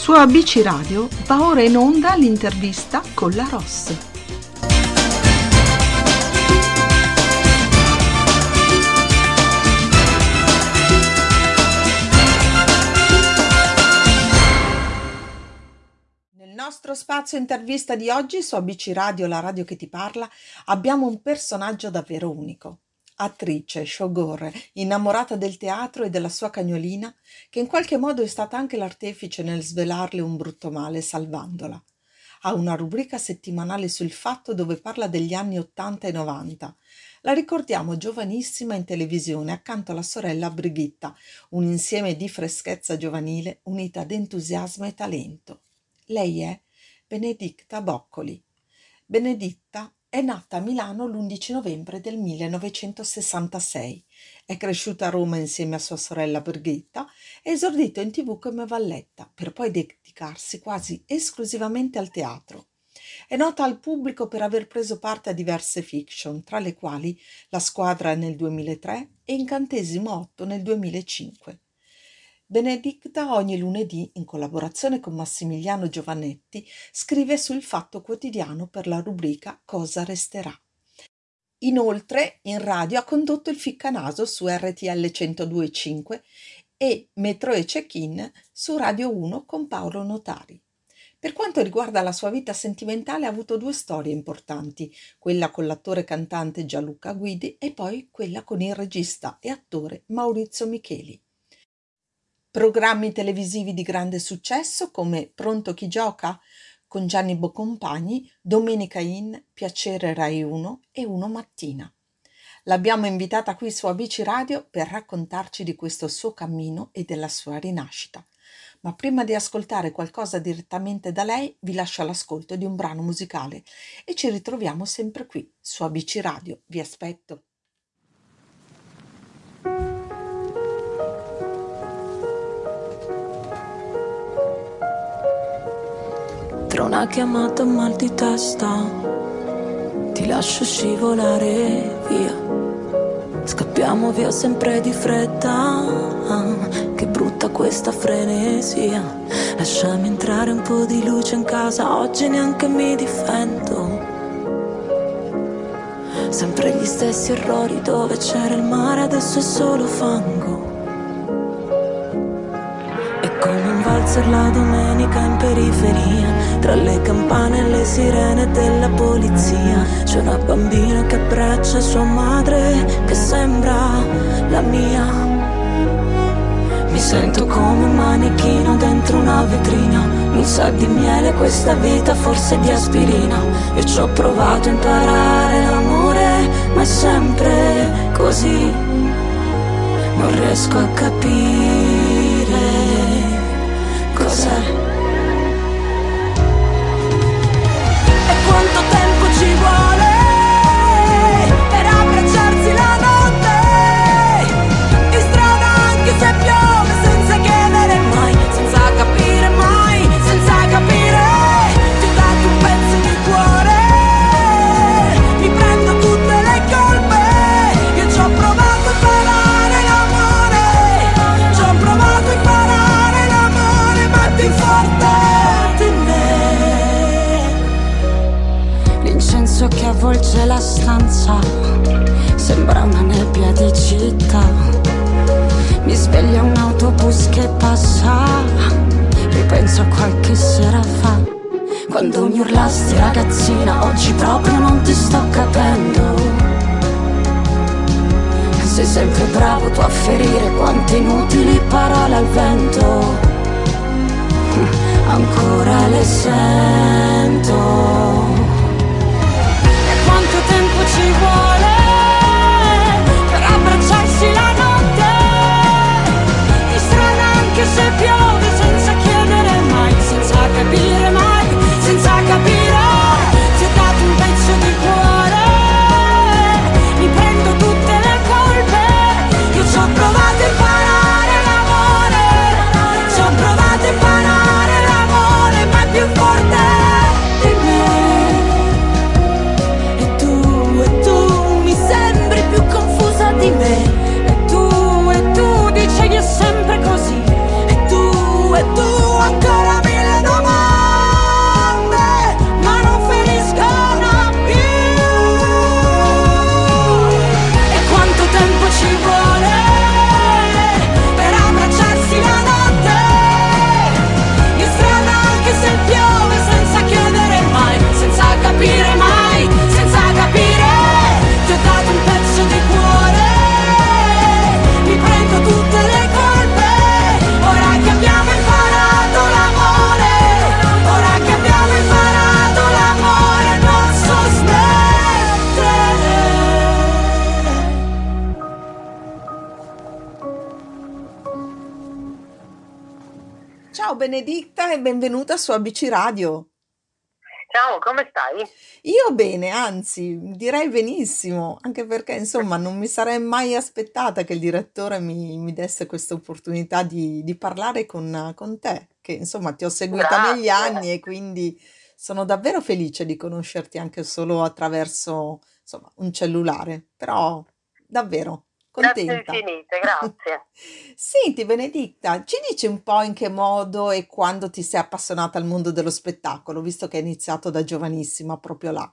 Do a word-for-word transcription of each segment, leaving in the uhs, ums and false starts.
Su A B C Radio va ora in onda l'intervista con la Ross. Nel nostro spazio intervista di oggi su A B C Radio, la radio che ti parla, abbiamo un personaggio davvero unico. Attrice, showgirl, innamorata del teatro e della sua cagnolina, che in qualche modo è stata anche l'artefice nel svelarle un brutto male salvandola. Ha una rubrica settimanale sul Fatto dove parla degli anni ottanta e novanta. La ricordiamo giovanissima in televisione accanto alla sorella Brigitta, un insieme di freschezza giovanile unita ad entusiasmo e talento. Lei è Benedicta Boccoli. Benedicta è nata a Milano l'undici novembre del millenovecentosessantasei, è cresciuta a Roma insieme a sua sorella Brigitta e esordito in tivù come valletta, per poi dedicarsi quasi esclusivamente al teatro. È nota al pubblico per aver preso parte a diverse fiction, tra le quali La Squadra nel duemilatré e Incantesimo otto nel duemilacinque. Benedicta ogni lunedì, in collaborazione con Massimiliano Giovannetti, scrive sul Fatto Quotidiano per la rubrica Cosa resterà. Inoltre, in radio ha condotto il Ficcanaso su R T L centodue e cinque e Metro e Check-in su Radio uno con Paolo Notari. Per quanto riguarda la sua vita sentimentale ha avuto due storie importanti, quella con l'attore cantante Gianluca Guidi e poi quella con il regista e attore Maurizio Micheli. Programmi televisivi di grande successo come Pronto chi gioca? Con Gianni Boncompagni, Domenica in, Piacere Rai uno e Uno Mattina. L'abbiamo invitata qui su A B C Radio per raccontarci di questo suo cammino e della sua rinascita. Ma prima di ascoltare qualcosa direttamente da lei, vi lascio all'ascolto di un brano musicale e ci ritroviamo sempre qui su A B C Radio. Vi aspetto. Tra una chiamata e un mal di testa ti lascio scivolare via. Scappiamo via sempre di fretta, che brutta questa frenesia. Lasciami entrare un po' di luce in casa, oggi neanche mi difendo. Sempre gli stessi errori, dove c'era il mare adesso è solo fango. È come un valzer la domenica in periferia, tra le campane e le sirene della polizia. C'è una bambina che abbraccia sua madre, che sembra la mia. Mi sento come un manichino dentro una vetrina. Mi sa di miele questa vita, forse di aspirina. Io ci ho provato a imparare l'amore, ma è sempre così. Non riesco a capire cos'è. E quanto tempo ci vuole per abbracciarsi la notte, in strada anche se piove, senza chiedere mai, senza capire mai, senza capire. Ti ho dato un pezzo di cuore, mi prendo tutte le colpe. Io ci ho provato a imparare l'amore, ci ho provato a imparare l'amore, ma è più forte di me. L'incenso che avvolge la stanza sembra una nebbia di città. Mi sveglia un autobus che passa, ripenso a qualche sera fa, quando mi urlasti ragazzina, oggi proprio non ti sto capendo. Sei sempre bravo tu a ferire quante inutili parole al vento. Ancora le sento. E quanto tempo ci vuole per abbracciarsi la notte, in strada anche se piove, senza chiedere mai, senza capire mai, senza capire. Ti ho dato un pezzo di cuore, mi prendo tutte le colpe. Io ci ho provato a imparare l'amore, ci ho provato a imparare l'amore, ma è più forte di me. E tu, e tu, Ciao Benedetta e benvenuta su A B C Radio. Ciao, come stai? Io bene, anzi, direi benissimo, anche perché insomma non mi sarei mai aspettata che il direttore mi, mi desse questa opportunità di, di parlare con, con te, che insomma ti ho seguita negli Grazie, anni e quindi sono davvero felice di conoscerti anche solo attraverso insomma un cellulare, però davvero grazie contenta. infinite, grazie. Senti, Benedetta, ci dici un po' in che modo e quando ti sei appassionata al mondo dello spettacolo, visto che hai iniziato da giovanissima proprio là.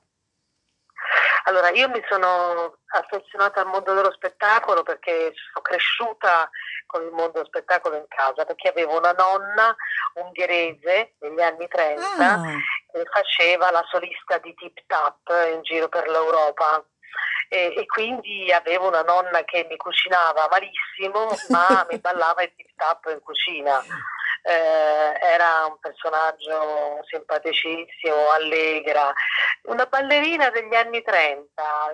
Allora, io mi sono affezionata al mondo dello spettacolo perché sono cresciuta con il mondo dello spettacolo in casa, perché avevo una nonna ungherese negli anni trenta Ah, che faceva la solista di Tip Tap in giro per l'Europa. E, e quindi avevo una nonna che mi cucinava malissimo, ma mi ballava il tip tap in cucina. Eh, era un personaggio simpaticissimo, allegra, una ballerina degli anni trenta.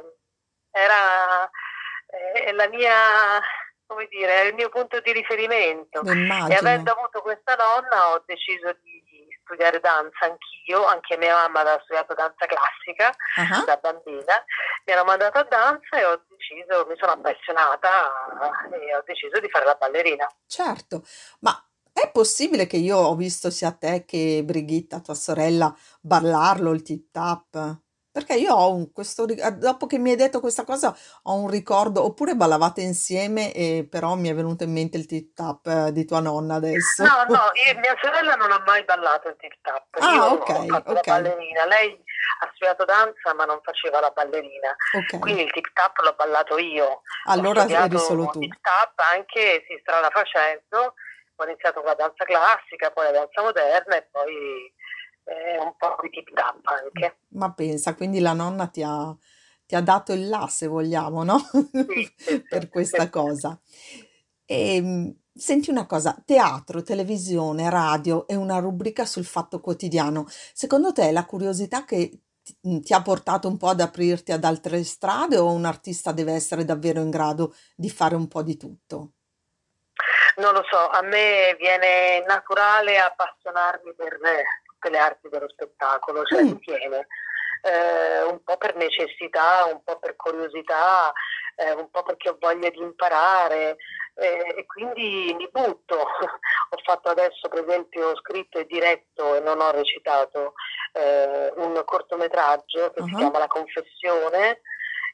Era eh, la mia, come dire, il mio punto di riferimento. lo E avendo immagino. avuto questa nonna ho deciso di studiare danza anch'io, anche mia mamma aveva studiato danza classica Ah, ah, da bambina, mi hanno mandato a danza e ho deciso, mi sono appassionata e ho deciso di fare la ballerina. certo, ma è possibile che io ho visto sia te che Brigitta, tua sorella, ballarlo il tip tap? Perché io ho un, questo, ri- eh, dopo che mi hai detto questa cosa, ho un ricordo, oppure ballavate insieme e però mi è venuto in mente il tip tap eh, di tua nonna adesso. No, no, io- mia sorella non ha mai ballato il tip tap, io Ah, ok, ho fatto la ok, ballerina, lei ha studiato danza ma non faceva la ballerina, ok. quindi il tip tap l'ho ballato io, ho Allora eri solo studiato tu. tip tap anche si strada facendo, ho iniziato con la danza classica, poi la danza moderna e poi eh, un po' di tip tap anche. Ma pensa, quindi la nonna ti ha, ti ha dato il là, se vogliamo, no? Sì, sì, sì, Per sì. questa cosa. E, senti una cosa, teatro, televisione, radio e una rubrica sul Fatto Quotidiano. Secondo te è la curiosità che ti, mm, ti ha portato un po' ad aprirti ad altre strade o un artista deve essere davvero in grado di fare un po' di tutto? Non lo so, a me viene naturale appassionarmi per eh, tutte le arti dello spettacolo, cioè Mm, mi viene eh, un po' per necessità, un po' per curiosità, eh, un po' perché ho voglia di imparare eh, e quindi mi butto. Ho fatto adesso, per esempio, ho scritto e diretto e non ho recitato eh, un cortometraggio che si ah, chiama La Confessione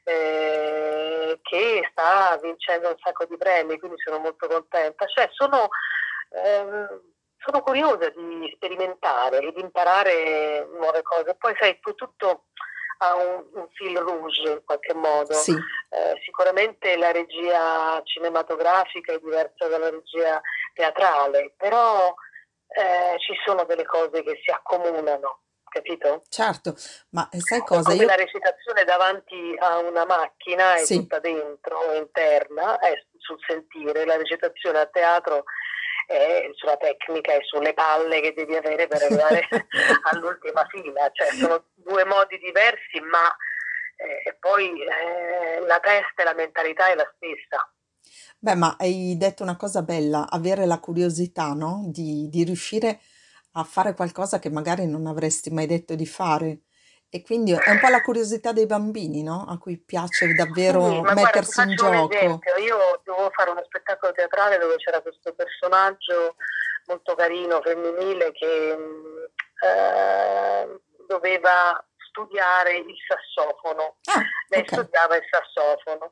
eh, che sta vincendo un sacco di premi, quindi sono molto contenta. Cioè, sono, ehm, sono curiosa di sperimentare e di imparare nuove cose. Poi sai, poi tutto ha un, un fil rouge in qualche modo. sì, Eh, sicuramente la regia cinematografica è diversa dalla regia teatrale, però eh, ci sono delle cose che si accomunano, capito? certo, ma eh, sai È cosa? come la Io recitazione davanti a una macchina, è sì. tutta dentro, è interna, è sul sentire. La recitazione a teatro è sulla tecnica e sulle palle che devi avere per arrivare all'ultima fila. Cioè, sono due modi diversi, ma eh, poi eh, la testa e la mentalità è la stessa. Beh, ma hai detto una cosa bella, avere la curiosità, no? Di, di riuscire a fare qualcosa che magari non avresti mai detto di fare. E quindi è un po' la curiosità dei bambini, no? A cui piace Sì, davvero ma guarda, ti mettersi in faccio un gioco. esempio. Io dovevo fare uno spettacolo teatrale dove c'era questo personaggio molto carino, femminile, che mh, eh, doveva studiare il sassofono. Ah, Lei ok, studiava il sassofono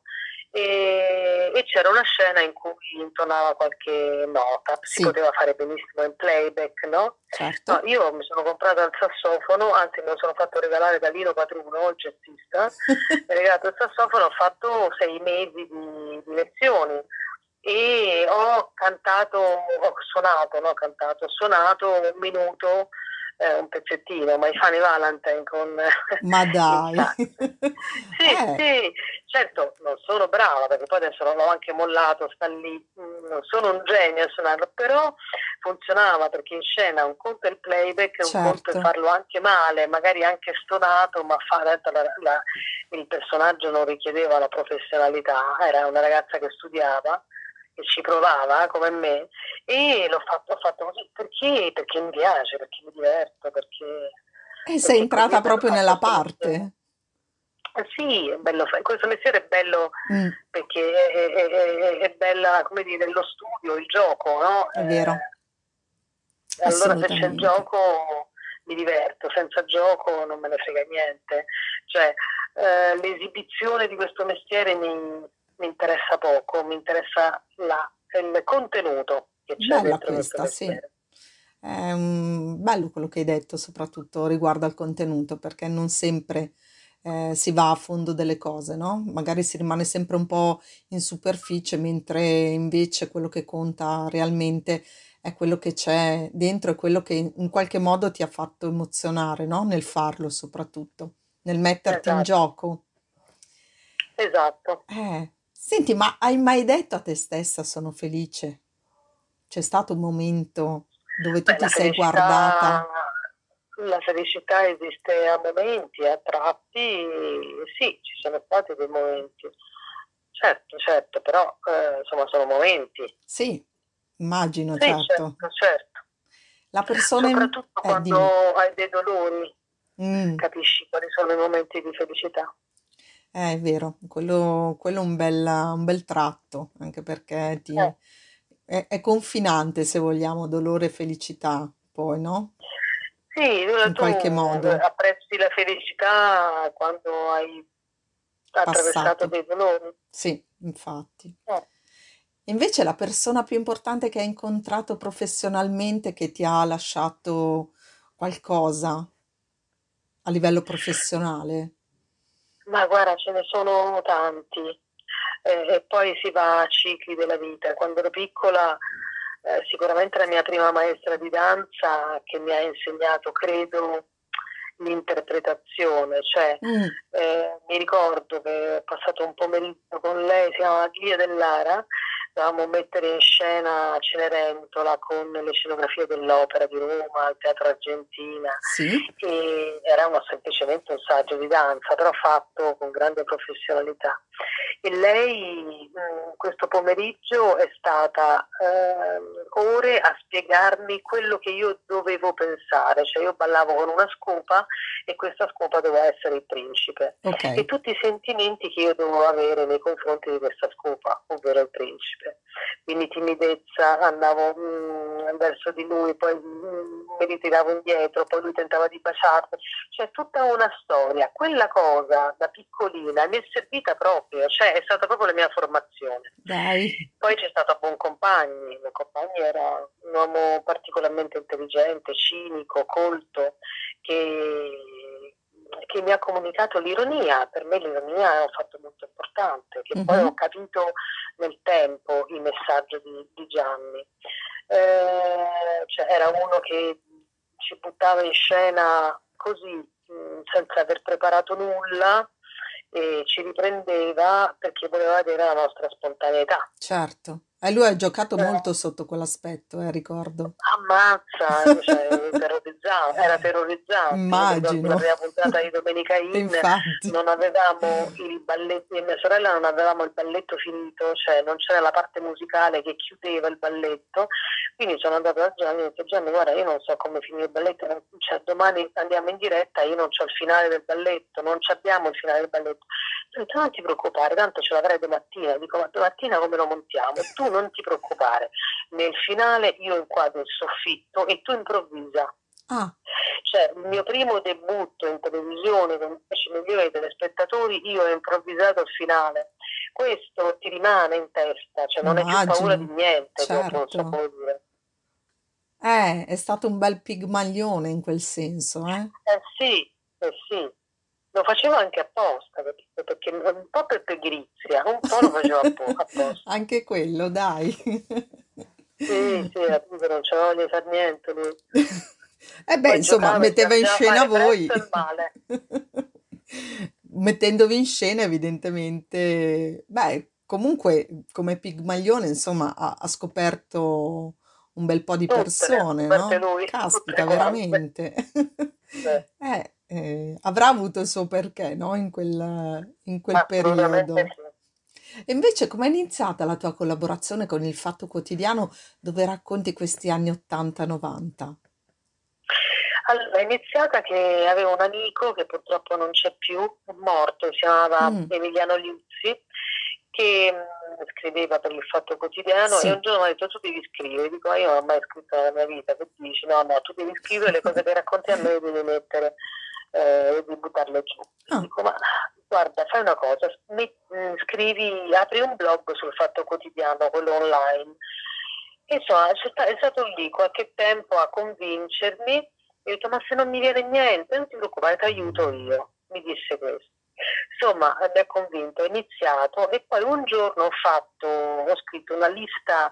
e, e c'era una scena in cui intonava qualche nota, si sì, poteva fare benissimo in playback, no? No, certo. io mi sono comprata il sassofono, anzi me lo sono fatto regalare da Lino Patruno, il jazzista, mi ha regalato il sassofono, ho fatto sei mesi di, di lezioni e ho cantato, ho suonato, no, ho cantato, ho suonato un minuto, eh, un pezzettino, My Funny Valentine con Ma il dai. sax. Sì, Eh, sì, certo, non sono brava perché poi adesso l'ho anche mollato, sta lì, mm, non sono un genio a suonarlo, però funzionava perché in scena un conto è il playback, un conto è certo. farlo anche male, magari anche stonato, ma fa, la, la, il personaggio non richiedeva la professionalità, era una ragazza che studiava che ci provava come me, e l'ho fatto, ho fatto così perché, perché mi piace, perché mi diverto, perché, E sei perché così entrata è bello proprio fare nella questo mestiere. parte. Eh sì, è bello fare questo mestiere, è bello Mm, perché è, è- è- è bella, come dire, lo studio, il gioco, no? è vero, Eh, allora se c'è il assolutamente. gioco mi diverto, senza gioco non me ne frega niente. Cioè, eh, l'esibizione di questo mestiere mi, mi interessa poco, mi interessa la- il contenuto che c'è Bella dentro questo questa, sì. mestiere. È mm, bello quello che hai detto, soprattutto riguardo al contenuto, perché non sempre eh, si va a fondo delle cose, no? Magari si rimane sempre un po' in superficie, mentre invece quello che conta realmente è quello che c'è dentro e quello che in qualche modo ti ha fatto emozionare, no? Nel farlo, soprattutto, nel metterti in Esatto, gioco. esatto. Eh, senti, ma hai mai detto a te stessa sono felice? C'è stato un momento dove tu Beh, ti la sei guardata? felicità, la felicità esiste a momenti, a tratti, sì, ci sono stati dei momenti. Certo, certo, però eh, insomma sono momenti. Sì, immagino, Sì, certo. certo, certo. La persona in... Soprattutto Eh, quando dimmi. hai dei dolori, Mm, capisci quali sono i momenti di felicità. eh, è vero, quello, quello è un bel, un bel tratto, anche perché Eh, ti, è, è confinante, se vogliamo, dolore e felicità, poi, no? sì, eh, In tu qualche eh, modo apprezzi la felicità quando hai attraversato passato. dei dolori. Sì, infatti. Eh. Invece la persona più importante che hai incontrato professionalmente che ti ha lasciato qualcosa a livello professionale? Ma guarda, ce ne sono tanti, eh, e poi si va a cicli della vita. Quando ero piccola, eh, sicuramente la mia prima maestra di danza che mi ha insegnato, credo, l'interpretazione, cioè Mm, eh, mi ricordo che ho passato un pomeriggio con lei, si chiamava Glia Dellara, dovevamo mettere in scena Cenerentola con le scenografie dell'Opera di Roma, al Teatro Argentina, sì. e era uno, semplicemente un saggio di danza, però fatto con grande professionalità. E lei mh, questo pomeriggio è stata ehm, ore a spiegarmi quello che io dovevo pensare, cioè io ballavo con una scopa e questa scopa doveva essere il principe Ok. e tutti i sentimenti che io dovevo avere nei confronti di questa scopa, ovvero il principe. Quindi timidezza, andavo mh, verso di lui, poi mh, mi ritiravo indietro, poi lui tentava di baciarmi, c'è tutta una storia. Quella cosa da piccolina mi è servita proprio, cioè è stata proprio la mia formazione. Dai. Poi c'è stato Boncompagni, Boncompagni era un uomo particolarmente intelligente, cinico, colto, che, che mi ha comunicato l'ironia. Per me l'ironia è un fatto molto importante, che poi ho Mhm. capito nel tempo il messaggio di, di Gianni. Eh, cioè era uno che ci buttava in scena così, mh, senza aver preparato nulla, e ci riprendeva perché voleva vedere la nostra spontaneità. Certo. E lui ha giocato Eh, molto sotto quell'aspetto, eh, ricordo. Ammazza, cioè, terrorizzante, era terrorizzante. Io mi ricordo la Immagino. prima puntata di Domenica In, Infatti. non avevamo il balletto, io e mia sorella non avevamo il balletto finito, cioè non c'era la parte musicale che chiudeva il balletto, quindi sono andata da Gianni e ho detto Gianni guarda io non so come finire il balletto, cioè, domani andiamo in diretta, io non ho il finale del balletto, non abbiamo il finale del balletto. Ho detto non ti preoccupare, tanto ce l'avrai domattina, dico ma domattina come lo montiamo? Tu non ti preoccupare, nel finale io inquadro il soffitto e tu improvvisa. Ah, Cioè, il mio primo debutto in televisione con dieci milioni di telespettatori, io ho improvvisato il finale. Questo ti rimane in testa, cioè non hai più paura di immagino. niente dopo, non so Certo. come dire. Eh, è stato un bel pigmaglione in quel senso, eh? Eh sì, eh sì. Lo facevo anche apposta, perché, perché un po' per pigrizia, un po' lo facevo appo- apposta. Anche quello, dai. Sì, sì, era pigro, non c'aveva voglia di far niente lui. Eh beh, Poi insomma, giocava e metteva in piaceva scena fare voi. presto e male. Mettendovi in scena, evidentemente, beh, comunque come Pigmalione, insomma, ha, ha scoperto un bel po' di Tutte le ha persone, scoperte no? lui, tutte Caspita, quante. veramente. Eh, Eh, eh, avrà avuto il suo perché, no? In quel, in quel assolutamente periodo. sì. E invece com'è iniziata la tua collaborazione con il Fatto Quotidiano dove racconti questi anni ottanta novanta? Allora, è iniziata che avevo un amico che purtroppo non c'è più, è morto, si chiamava Mm, Emiliano Liuzzi, che mh, scriveva per il Fatto Quotidiano e un sì. giorno mi ha detto tu devi scrivere, dico ma io non ho mai scritto nella mia vita, che dici? No, no, tu devi scrivere le cose che racconti a me le devi mettere eh, e devi buttarle giù. Ah, Dico ma guarda, fai una cosa, met- mh, scrivi, apri un blog sul Fatto Quotidiano, quello online. E insomma, c'è sta- è stato lì qualche tempo a convincermi. Ho detto, ma se non mi viene niente, non ti preoccupare, ti aiuto io. Mi disse questo. Insomma, mi ha convinto, ho iniziato e poi un giorno ho fatto, ho scritto una lista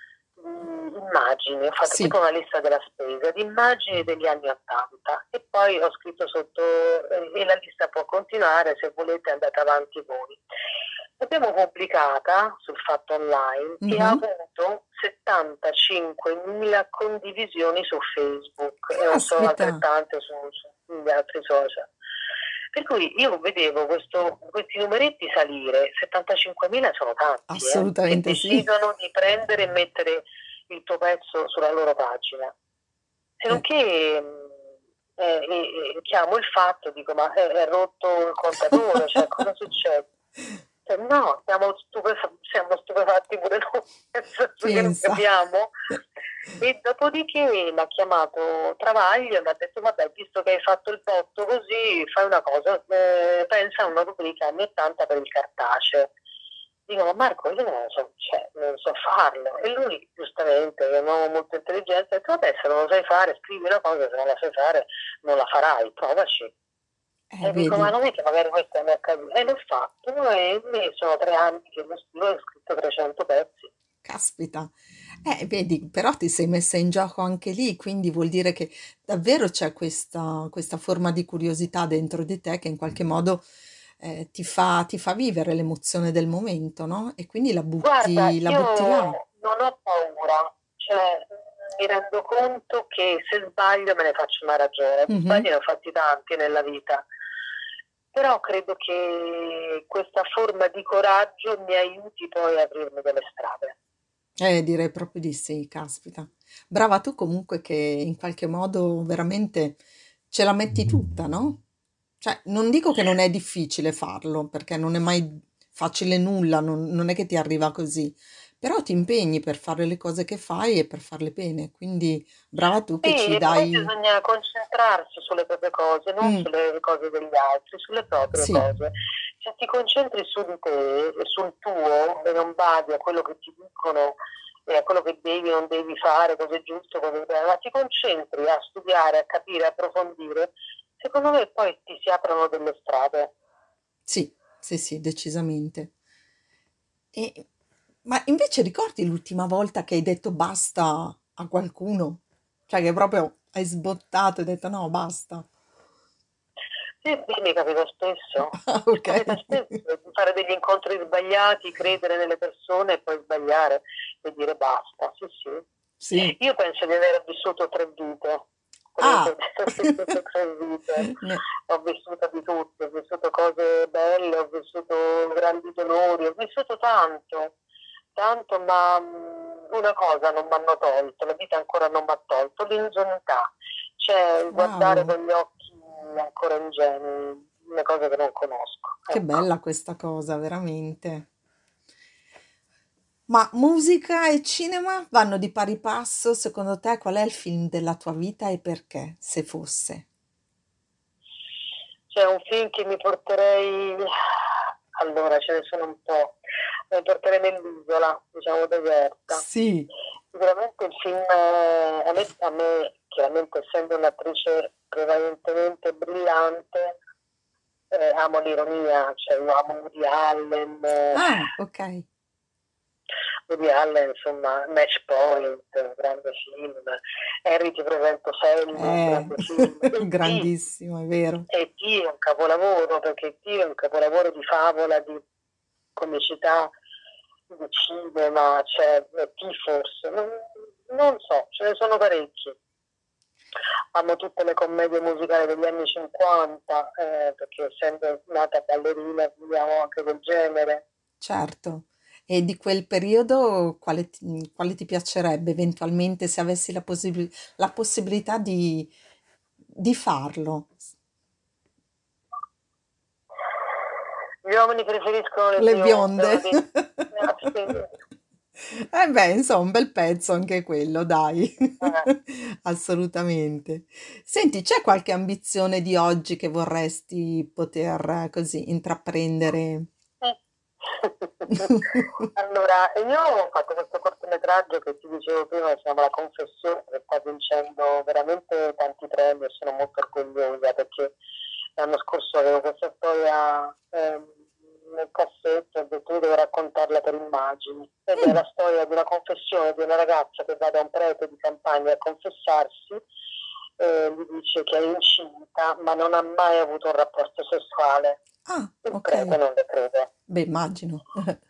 di immagini, ho fatto tipo sì. una lista della spesa di immagini degli anni ottanta e poi ho scritto sotto, eh, e la lista può continuare, se volete andate avanti voi. L'abbiamo pubblicata sul Fatto Online e ha Mhm. avuto settantacinquemila condivisioni su Facebook e non so Caspita, altrettante su, sugli altri social. Per cui io vedevo questo- questi numeretti salire, settantacinquemila sono tanti, eh, che assolutamente sì. decidono di prendere e mettere il tuo pezzo sulla loro pagina. Se non Eh. che mh, eh, eh, eh, chiamo il fatto, dico ma è, è rotto il contatore, cioè cosa succede? Cioè, no, siamo, stupefa- siamo stupefatti pure noi, nel senso che non Pensa. capiamo. E dopodiché mi ha chiamato Travaglio e mi ha detto vabbè, visto che hai fatto il botto così, fai una cosa, eh, pensa a una rubrica anni ottanta per il cartaceo. Dico, ma Marco, io non so, cioè, non so farlo. E lui, giustamente, è un uomo molto intelligente, ha detto, vabbè, se non lo sai fare, scrivi una cosa, se non la sai fare, non la farai, provaci. Eh, E dico, ma vedi, non è che magari questo mi è accaduto. E l'ho fatto, e me sono tre anni che lo scrivo e ho scritto trecento pezzi. caspita. Eh, vedi, però ti sei messa in gioco anche lì, quindi vuol dire che davvero c'è questa, questa forma di curiosità dentro di te che in qualche modo eh, ti fa, ti fa vivere l'emozione del momento, no? E quindi la Guarda, butti, la io butti là. non ho paura, cioè mi rendo conto che se sbaglio me ne faccio una ragione. Mhm. Sbagli ne ho fatti tanti nella vita, però credo che questa forma di coraggio mi aiuti poi a aprirmi delle strade. Eh, direi proprio di sì, caspita. Brava tu comunque che in qualche modo veramente ce la metti tutta, no? Cioè, non dico che non è difficile farlo, perché non è mai facile nulla, non, non è che ti arriva così, però ti impegni per fare le cose che fai e per farle bene, quindi brava tu che Sì, ci e poi dai... bisogna concentrarsi sulle proprie cose, non Mm, sulle cose degli altri, sulle proprie sì, cose. Se ti concentri su di te e sul tuo e non badi a quello che ti dicono e a quello che devi o non devi fare, cosa è giusto, cosa è sbagliato, ma ti concentri a studiare, a capire, a approfondire, secondo me poi ti si aprono delle strade. sì, sì, sì, decisamente. E, ma invece ricordi l'ultima volta che hai detto basta a qualcuno? Cioè che proprio hai sbottato e hai detto no, basta. Sì, sì, mi capita spesso. Ah, Mi ok. capita spesso di fare degli incontri sbagliati, credere nelle persone e poi sbagliare e dire basta. Sì, sì. Sì. Io penso di aver vissuto tre vite. Credo Ah! di aver vissuto tre vite. Ne- Ho vissuto di tutto, ho vissuto cose belle, ho vissuto grandi dolori, ho vissuto tanto, tanto, ma mh, una cosa non mi hanno tolto, la vita ancora non mi ha tolto, l'ingenuità, cioè il guardare Wow, con gli occhi ancora ingenui le cose che non conosco. che Ecco. bella questa cosa, veramente. Ma musica e cinema vanno di pari passo? Secondo te qual è il film della tua vita e perché, se fosse? C'è un film che mi porterei, allora ce ne sono un po', mi porterei nell'isola, diciamo deserta. Sì. Sicuramente il film, eh, a me, a me, chiaramente essendo un'attrice prevalentemente brillante, eh, amo l'ironia, cioè io amo Woody Allen, eh, Ah, ok. Woody Allen, insomma, Match Point, grande film, Harry ti presento Sally, Eh, grande film, e T, grandissimo, è vero. e T è un capolavoro, perché T è un capolavoro di favola, di comicità, di cinema, cioè T forse, non, non so, ce ne sono parecchi. Amo tutte le commedie musicali degli anni cinquanta, eh, perché essendo nata ballerina, viviamo anche quel genere. certo. E di quel periodo quale ti, quale ti piacerebbe eventualmente se avessi la, possib- la possibilità di, di farlo? Gli uomini preferiscono le Le bionde, bionde. ho detto. Ah, sì. Eh beh, insomma, un bel pezzo anche quello, dai. Eh. Assolutamente. Senti, c'è qualche ambizione di oggi che vorresti poter eh, così intraprendere? Allora, io ho fatto questo cortometraggio che ti dicevo prima, si chiama La Confessione, che sta vincendo veramente tanti premi e sono molto orgogliosa perché l'anno scorso avevo questa storia ehm, nel cassetto e ho detto io devo raccontarla per immagini. Ed è Mm, la storia di una confessione di una ragazza che va da un prete di campagna a confessarsi e gli dice che è incinta ma non ha mai avuto un rapporto sessuale. ah, Il ok. prete non le crede. Beh, immagino.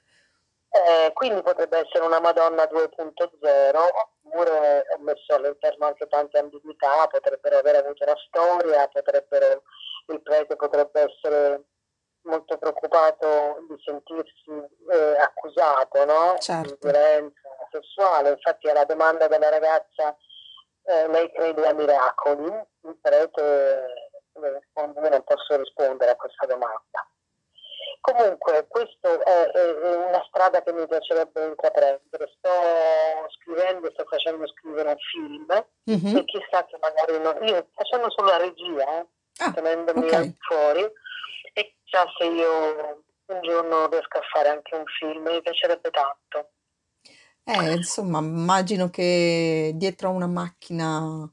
Eh, quindi potrebbe essere una Madonna due punto zero, oppure ho messo all'interno anche tante ambiguità, potrebbero aver avuto una storia, potrebbero, il prete potrebbe essere molto preoccupato di sentirsi eh, accusato, no? Di Certo. violenza sessuale. Infatti alla domanda della ragazza, eh, lei crede a miracoli? Il prete eh, risponde, io non posso rispondere a questa domanda. Comunque, questa è, è- è una strada che mi piacerebbe intraprendere. Sto scrivendo, sto facendo scrivere un film e Mhm. chissà che magari non, io facendo solo la regia, eh, Ah, tenendomi ok. al fuori, e chissà se io un giorno riesco a fare anche un film, mi piacerebbe tanto. Eh, insomma, immagino che dietro a una macchina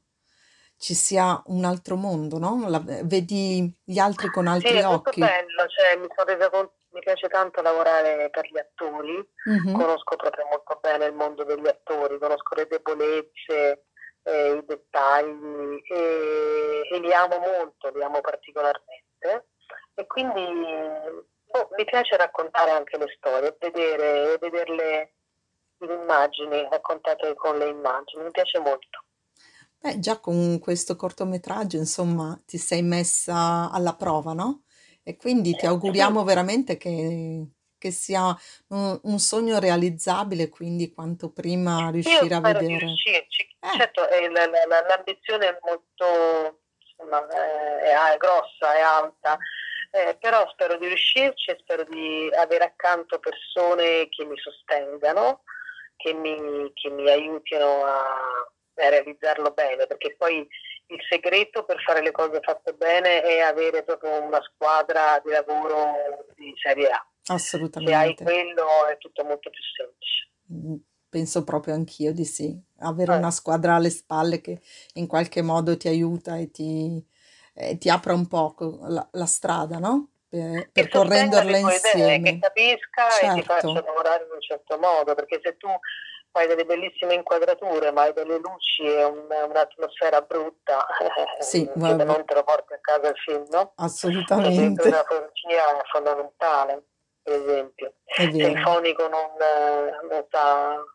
ci sia un altro mondo, no? La- vedi gli altri con Sì, altri è molto occhi. bello, cioè mi sono resa conto, mi piace tanto lavorare per gli attori, Mhm. conosco proprio molto bene il mondo degli attori, conosco le debolezze, eh, i dettagli e, e li amo molto, li amo particolarmente e quindi boh, mi piace raccontare anche le storie, vedere, vederle in immagini, raccontate con le immagini, mi piace molto. Beh, già con questo cortometraggio, insomma, ti sei messa alla prova, no? E quindi ti Sì, auguriamo veramente che, che sia un, un sogno realizzabile, quindi quanto prima io riuscire a spero di vedere. riuscirci. Eh, Certo, eh, la- la- la- l'ambizione è molto, insomma, eh, è, è grossa, è alta, eh, però spero di riuscirci e spero di avere accanto persone che mi sostengano, che mi, che mi aiutino a, a realizzarlo bene, perché poi il segreto per fare le cose fatte bene è avere proprio una squadra di lavoro di serie A. Se hai assolutamente. quello è tutto molto più semplice. Mm, penso proprio anch'io di sì. Avere Eh. una squadra alle spalle che in qualche modo ti aiuta e ti, e ti apre un po' co- la, la strada, no? Per- Che sostenga le percorrenderla tue idee, che insieme. capisca e ti faccia Certo, lavorare in un certo modo, perché se tu fai delle bellissime inquadrature, ma hai delle luci e un- un'atmosfera brutta, sì, che guarda, non te lo porti a casa il film, no? L'equilibrio della assolutamente, fotografia è fondamentale, per esempio. è Se il vero. fonico non, eh, non sa,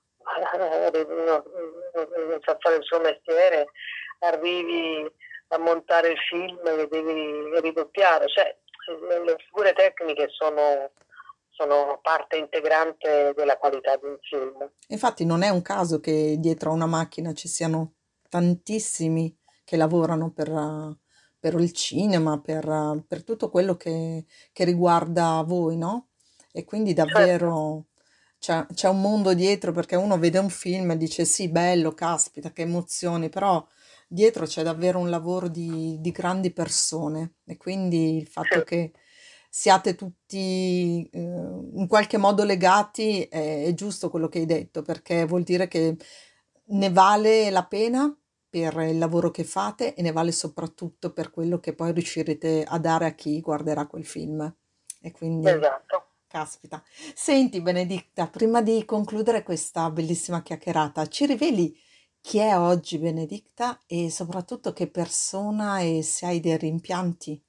non, non sa fare il suo mestiere, arrivi a montare il film e devi ridoppiare, cioè le, le figure tecniche sono, sono parte integrante della qualità di un film. Infatti non è un caso che dietro a una macchina ci siano tantissimi che lavorano per, eh, per il cinema, per, eh, per tutto quello che, che riguarda voi, no? E quindi Certo, davvero c'è c'è un mondo dietro perché uno vede un film e dice sì, bello, caspita, che emozioni, però dietro c'è davvero un lavoro di, di grandi persone e quindi il sì, fatto che siate tutti eh, in qualche modo legati è, è giusto quello che hai detto, perché vuol dire che ne vale la pena per il lavoro che fate e ne vale soprattutto per quello che poi riuscirete a dare a chi guarderà quel film. E quindi, esatto. caspita. Senti, Benedicta, prima di concludere questa bellissima chiacchierata, ci riveli chi è oggi Benedicta e soprattutto che persona e se hai dei rimpianti?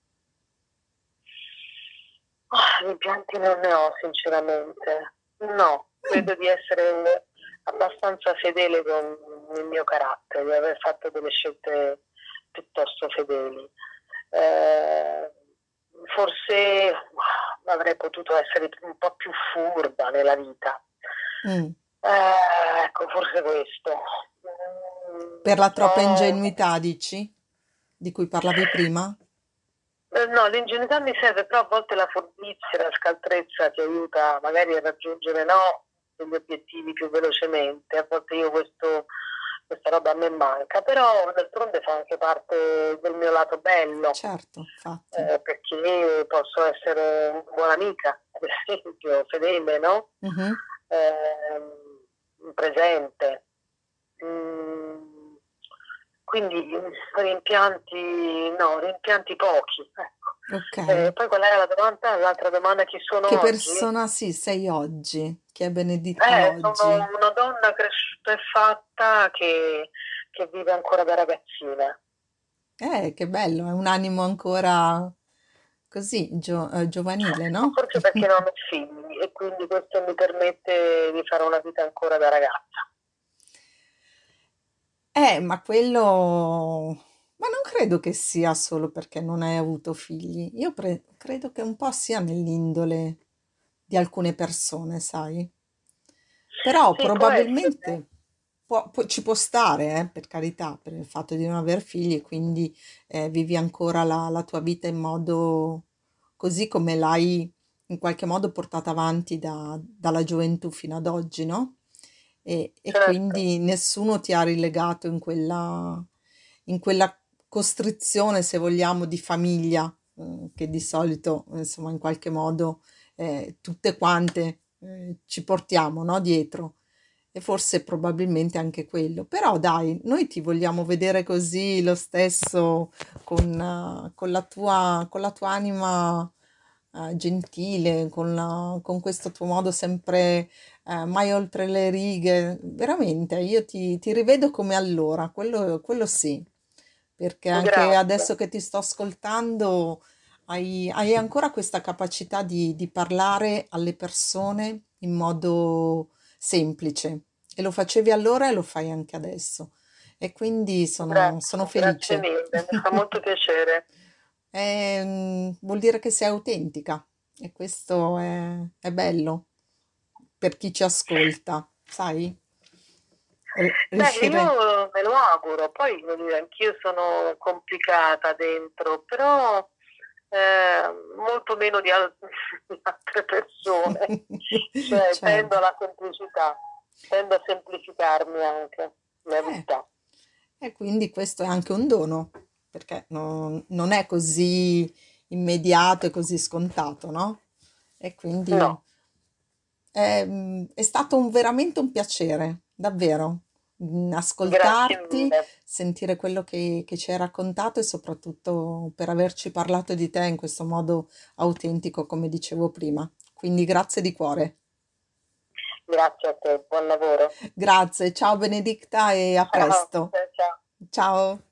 Ah, rimpianti non ne ho sinceramente. No, Mm, credo di essere abbastanza fedele con il mio carattere, di aver fatto delle scelte piuttosto fedeli. Eh, forse avrei potuto essere un po' più furba nella vita. Mm. Eh, ecco, forse questo. Per la troppa Mm, no, ingenuità, dici? Di cui parlavi prima? eh, no, l'ingenuità mi serve, però a volte la furbizia, la scaltrezza ti aiuta magari a raggiungere, no, degli obiettivi più velocemente. A volte io questo, questa roba a me manca, però d'altronde fa anche parte del mio lato bello, Certo, infatti. eh, perché posso essere una buona amica, ad esempio, fedele, no? Mhm. Ehm, presente. Mm, quindi mm, rimpianti, no, rimpianti pochi. Ecco. Ok. Eh, poi qual era la domanda? L'altra domanda, chi sono Che oggi? persona sì, sei oggi? Chi è Benedicta Eh, sono oggi? una donna cresciuta e fatta che, che vive ancora da ragazzina. Eh, che bello, è un animo ancora così, gio- eh, giovanile, Ma no? forse perché non ho figli e quindi questo mi permette di fare una vita ancora da ragazza. Eh, ma quello... Ma non credo che sia solo perché non hai avuto figli. Io pre- credo che un po' sia nell'indole di alcune persone, sai? Però Sì, può essere. probabilmente può- può- ci può stare, eh, per carità, per il fatto di non aver figli, e quindi eh, vivi ancora la, la tua vita in modo così come l'hai in qualche modo portata avanti da- dalla gioventù fino ad oggi, no? E, e Certo, quindi nessuno ti ha rilegato in quella, in quella costrizione, se vogliamo, di famiglia, eh, che di solito, insomma, in qualche modo eh, tutte quante eh, ci portiamo, no, dietro. E forse probabilmente anche quello. Però dai, noi ti vogliamo vedere così lo stesso con, eh, con la tua, con la tua anima eh, gentile, con, la- con questo tuo modo sempre eh, mai oltre le righe. Veramente, io ti, ti rivedo come allora, quello, quello sì, perché anche grazie, adesso che ti sto ascoltando hai, hai ancora questa capacità di, di parlare alle persone in modo semplice e lo facevi allora e lo fai anche adesso. E quindi sono, sono grazie, grazie felice. mille, mi fa molto piacere. Ehm, vuol dire che sei autentica e questo è, è bello per chi ci ascolta, sai? R- Beh, riuscire... io me lo auguro, poi voglio dire, anch'io sono complicata dentro, però eh, molto meno di, al- di altre persone, cioè tendo Certo. alla semplicità, tendo a semplificarmi anche la Eh, vita. e quindi questo è anche un dono, perché non, non è così immediato e così scontato, no? E quindi No, è, è stato un- veramente un piacere, davvero, mm, grazie ascoltarti, mille, sentire quello che, che ci hai raccontato e soprattutto per averci parlato di te in questo modo autentico, come dicevo prima. Quindi grazie di cuore. grazie a te, buon lavoro. Grazie, ciao Benedicta e a Ciao, presto. ciao. Ciao. Ciao.